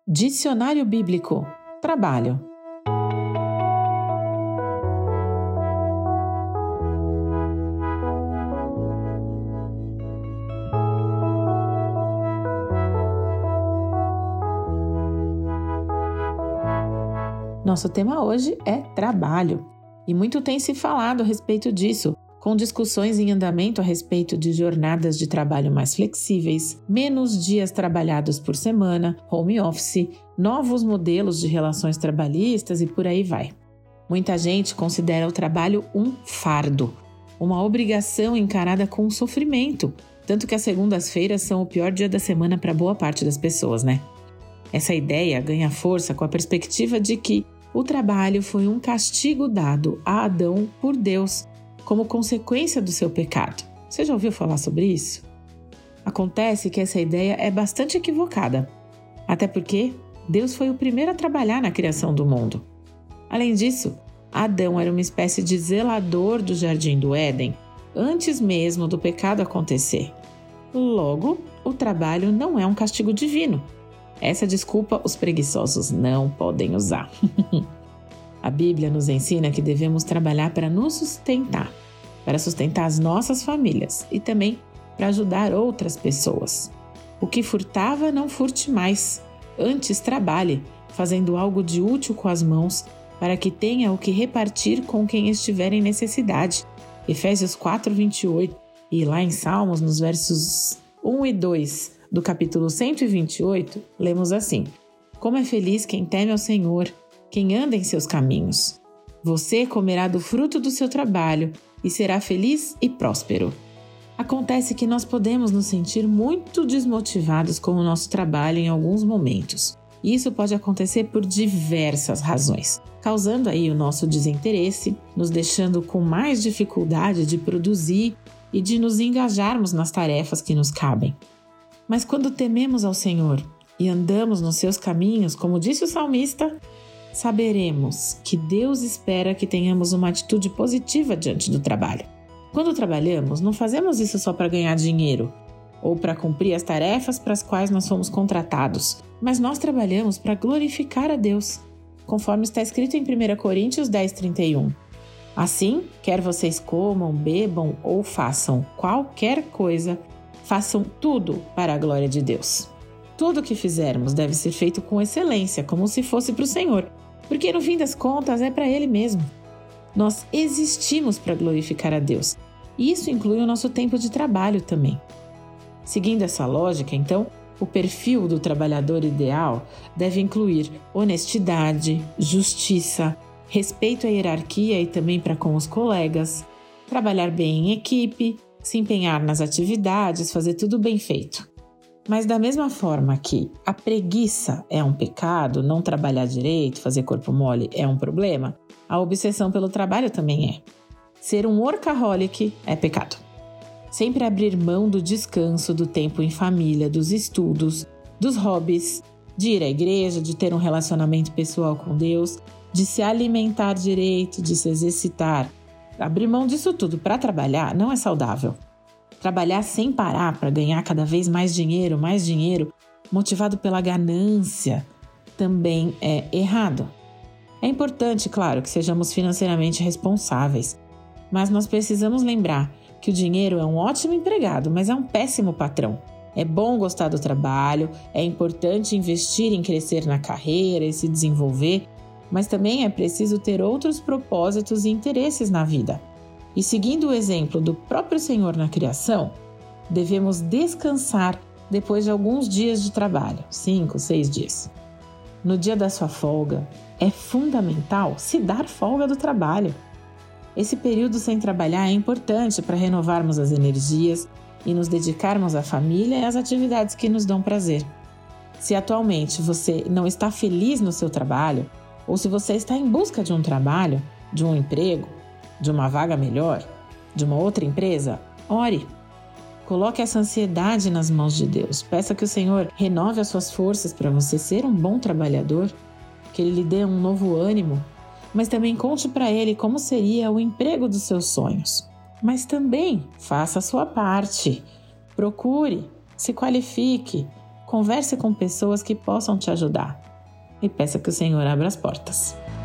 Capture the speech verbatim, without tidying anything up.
Dicionário Bíblico. Trabalho. Nosso tema hoje é trabalho, e muito tem se falado a respeito disso, com discussões em andamento a respeito de jornadas de trabalho mais flexíveis, menos dias trabalhados por semana, home office, novos modelos de relações trabalhistas e por aí vai. Muita gente considera o trabalho um fardo, uma obrigação encarada com sofrimento, tanto que as segundas-feiras são o pior dia da semana para boa parte das pessoas, né? Essa ideia ganha força com a perspectiva de que o trabalho foi um castigo dado a Adão por Deus, como consequência do seu pecado. Você já ouviu falar sobre isso? Acontece que essa ideia é bastante equivocada, até porque Deus foi o primeiro a trabalhar na criação do mundo. Além disso, Adão era uma espécie de zelador do jardim do Éden, antes mesmo do pecado acontecer. Logo, o trabalho não é um castigo divino. Essa desculpa os preguiçosos não podem usar. A Bíblia nos ensina que devemos trabalhar para nos sustentar, para sustentar as nossas famílias e também para ajudar outras pessoas. O que furtava, não furte mais. Antes, trabalhe, fazendo algo de útil com as mãos, para que tenha o que repartir com quem estiver em necessidade. Efésios quatro, vinte e oito. E lá em Salmos, nos versos um e dois do capítulo cento e vinte e oito, lemos assim: Como é feliz quem teme ao Senhor, quem anda em seus caminhos. Você comerá do fruto do seu trabalho e será feliz e próspero. Acontece que nós podemos nos sentir muito desmotivados com o nosso trabalho em alguns momentos. E isso pode acontecer por diversas razões, causando aí o nosso desinteresse, nos deixando com mais dificuldade de produzir e de nos engajarmos nas tarefas que nos cabem. Mas quando tememos ao Senhor e andamos nos seus caminhos, como disse o salmista, saberemos que Deus espera que tenhamos uma atitude positiva diante do trabalho. Quando trabalhamos, não fazemos isso só para ganhar dinheiro ou para cumprir as tarefas para as quais nós fomos contratados, mas nós trabalhamos para glorificar a Deus, conforme está escrito em primeira Coríntios dez, trinta e um. Assim, quer vocês comam, bebam ou façam qualquer coisa, façam tudo para a glória de Deus. Tudo o que fizermos deve ser feito com excelência, como se fosse para o Senhor, porque no fim das contas é para Ele mesmo. Nós existimos para glorificar a Deus, e isso inclui o nosso tempo de trabalho também. Seguindo essa lógica, então, o perfil do trabalhador ideal deve incluir honestidade, justiça, respeito à hierarquia e também para com os colegas, trabalhar bem em equipe, se empenhar nas atividades, fazer tudo bem feito. Mas da mesma forma que a preguiça é um pecado, não trabalhar direito, fazer corpo mole é um problema, a obsessão pelo trabalho também é. Ser um workaholic é pecado. Sempre abrir mão do descanso, do tempo em família, dos estudos, dos hobbies, de ir à igreja, de ter um relacionamento pessoal com Deus, de se alimentar direito, de se exercitar. Abrir mão disso tudo para trabalhar não é saudável. Trabalhar sem parar para ganhar cada vez mais dinheiro, mais dinheiro, motivado pela ganância, também é errado. É importante, claro, que sejamos financeiramente responsáveis, mas nós precisamos lembrar que o dinheiro é um ótimo empregado, mas é um péssimo patrão. É bom gostar do trabalho, é importante investir em crescer na carreira e se desenvolver, mas também é preciso ter outros propósitos e interesses na vida. E seguindo o exemplo do próprio Senhor na criação, devemos descansar depois de alguns dias de trabalho, cinco, seis dias. No dia da sua folga, é fundamental se dar folga do trabalho. Esse período sem trabalhar é importante para renovarmos as energias e nos dedicarmos à família e às atividades que nos dão prazer. Se atualmente você não está feliz no seu trabalho, ou se você está em busca de um trabalho, de um emprego, de uma vaga melhor, de uma outra empresa, ore. Coloque essa ansiedade nas mãos de Deus. Peça que o Senhor renove as suas forças para você ser um bom trabalhador, que Ele lhe dê um novo ânimo, mas também conte para Ele como seria o emprego dos seus sonhos. Mas também faça a sua parte. Procure, se qualifique, converse com pessoas que possam te ajudar e peça que o Senhor abra as portas.